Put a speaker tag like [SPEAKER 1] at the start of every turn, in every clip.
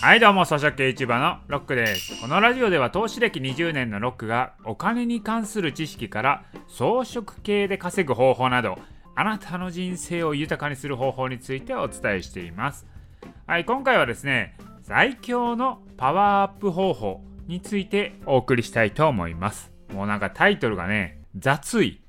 [SPEAKER 1] はいどうも、草食系 YouTuber のロックです。このラジオでは投資歴20年のロックがお金に関する知識から草食系で稼ぐ方法など、あなたの人生を豊かにする方法についてお伝えしています。はい、今回はですね、最強のパワーアップ方法についてお送りしたいと思います。もうなんかタイトルがね、雑い。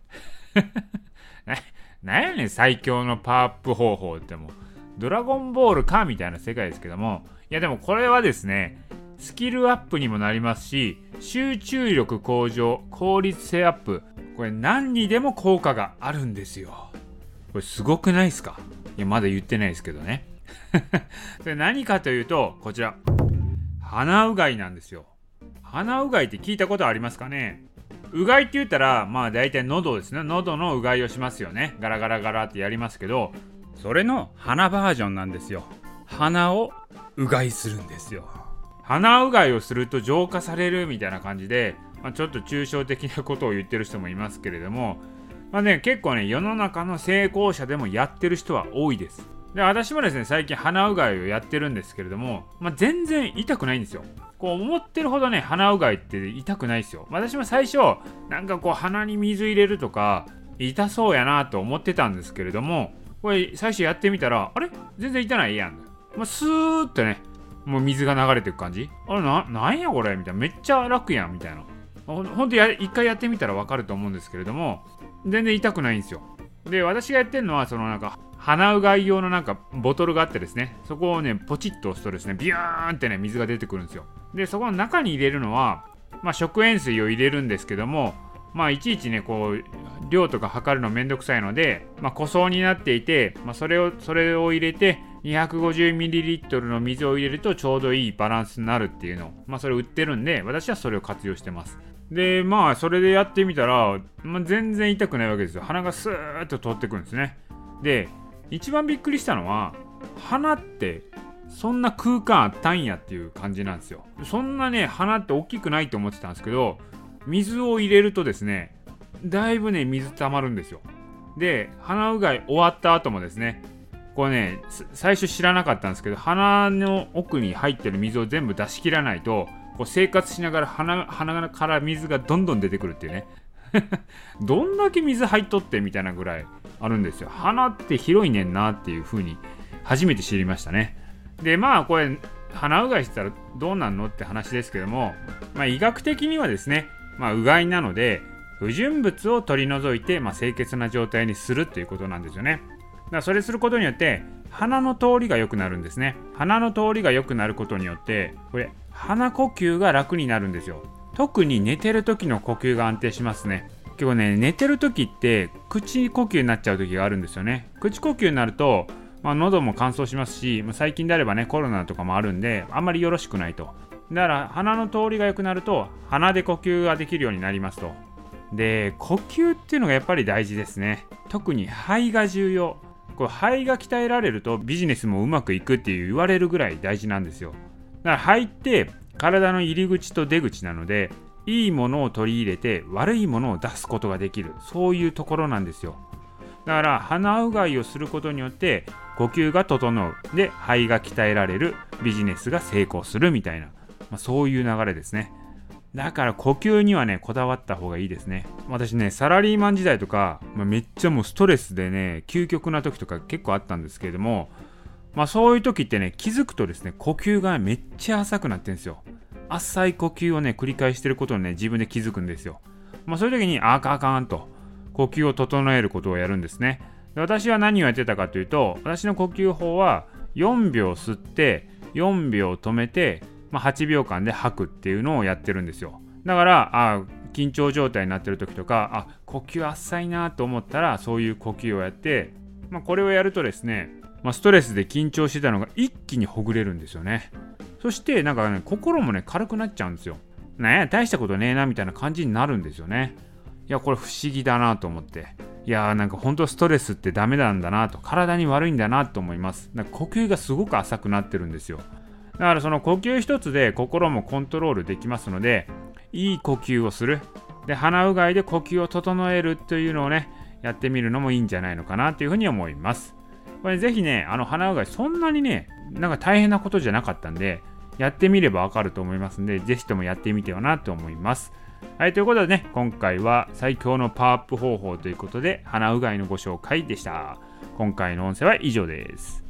[SPEAKER 1] なんやねん、最強のパワーアップ方法ってもうドラゴンボールかみたいな世界ですけども、いやでもこれはですね、スキルアップにもなりますし、集中力向上、効率性アップ、これ何にでも効果があるんですよ。これすごくないですか？いやまだ言ってないですけどね。それ何かというと、こちら鼻うがいなんですよ。鼻うがいって聞いたことありますかね？うがいって言ったらまあ大体喉ですね。喉のうがいをしますよね。ガラガラガラってやりますけど、それの鼻バージョンなんですよ。鼻をうがいするんですよ。鼻うがいをすると浄化されるみたいな感じで、ちょっと抽象的なことを言ってる人もいますけれども、結構ね、世の中の成功者でもやってる人は多いです。で、私もですね、最近鼻うがいをやってるんですけれども、全然痛くないんですよ。こう思ってるほどね、鼻うがいって痛くないですよ。私も最初なんかこう鼻に水入れるとか痛そうやなと思ってたんですけれども、これ最初やってみたら、あれ全然痛ないやん。スーッとね、もう水が流れていく感じ。あれなんやこれみたいな。めっちゃ楽やんみたいな。ほんと一回やってみたらわかると思うんですけれども、全然痛くないんですよ。で、私がやってるのは、そのなんか鼻うがい用のなんかボトルがあってですね、そこをね、ポチッと押すとですね、ビューンってね、水が出てくるんですよ。で、そこの中に入れるのは、食塩水を入れるんですけども、いちいちね、こう、量とか測るのめんどくさいので、個装になっていて、それを入れて、250ml の水を入れるとちょうどいいバランスになるっていうのを、それを売ってるんで、私はそれを活用してます。で、それでやってみたら、全然痛くないわけですよ。鼻がスーッと通ってくるんですね。で、一番びっくりしたのは、鼻ってそんな空間あったんやっていう感じなんですよ。そんなね、鼻って大きくないと思ってたんですけど、水を入れるとですね、だいぶね、水溜まるんですよ。で、鼻うがい終わった後もですね、これね、最初知らなかったんですけど、鼻の奥に入ってる水を全部出し切らないと、こう生活しながら鼻から水がどんどん出てくるっていうね。どんだけ水入っとってみたいなぐらいあるんですよ。鼻って広いねんなっていう風に初めて知りましたね。で、これ鼻うがいしたらどうなんのって話ですけども、医学的にはですね、うがいなので不純物を取り除いて、清潔な状態にするということなんですよね。だからそれすることによって鼻の通りが良くなるんですね。鼻の通りが良くなることによって、これ鼻呼吸が楽になるんですよ。特に寝てる時の呼吸が安定しますね。結構ね、寝てる時って口呼吸になっちゃう時があるんですよね。口呼吸になると、喉も乾燥しますし、最近であればね、コロナとかもあるんで、あんまりよろしくないと。だから鼻の通りが良くなると、鼻で呼吸ができるようになりますと。で、呼吸っていうのがやっぱり大事ですね。特に肺が重要。これ肺が鍛えられるとビジネスもうまくいくっていう言われるぐらい大事なんですよ。だから肺って体の入り口と出口なので、いいものを取り入れて悪いものを出すことができる、そういうところなんですよ。だから鼻うがいをすることによって呼吸が整う、で肺が鍛えられる、ビジネスが成功するみたいな、そういう流れですね。だから呼吸にはね、こだわった方がいいですね。私ね、サラリーマン時代とか、めっちゃもうストレスでね、究極な時とか結構あったんですけれども、そういう時ってね、気づくとですね、呼吸がめっちゃ浅くなってるんですよ。浅い呼吸をね、繰り返してることをね、自分で気づくんですよ。そういう時にあかんと呼吸を整えることをやるんですね。で、私は何をやってたかというと、私の呼吸法は4秒吸って4秒止めて、8秒間で吐くっていうのをやってるんですよ。だから緊張状態になってる時とか、呼吸浅いなと思ったら、そういう呼吸をやって、これをやるとですね、ストレスで緊張してたのが一気にほぐれるんですよね。そしてなんかね、心もね、軽くなっちゃうんですよ。大したことねえなみたいな感じになるんですよね。いや、これ不思議だなと思って、いやなんか本当ストレスってダメなんだなと、体に悪いんだなと思います。なんか呼吸がすごく浅くなってるんですよ。だからその呼吸一つで心もコントロールできますので、いい呼吸をする、で鼻うがいで呼吸を整えるというのをね、やってみるのもいいんじゃないのかなというふうに思います。これぜひね、鼻うがいそんなにね、なんか大変なことじゃなかったんで、 やってみればわかると思いますので、ぜひともやってみてはなと思います。はい、ということでね、今回は最強のパワーアップ方法ということで、鼻うがいのご紹介でした。今回の音声は以上です。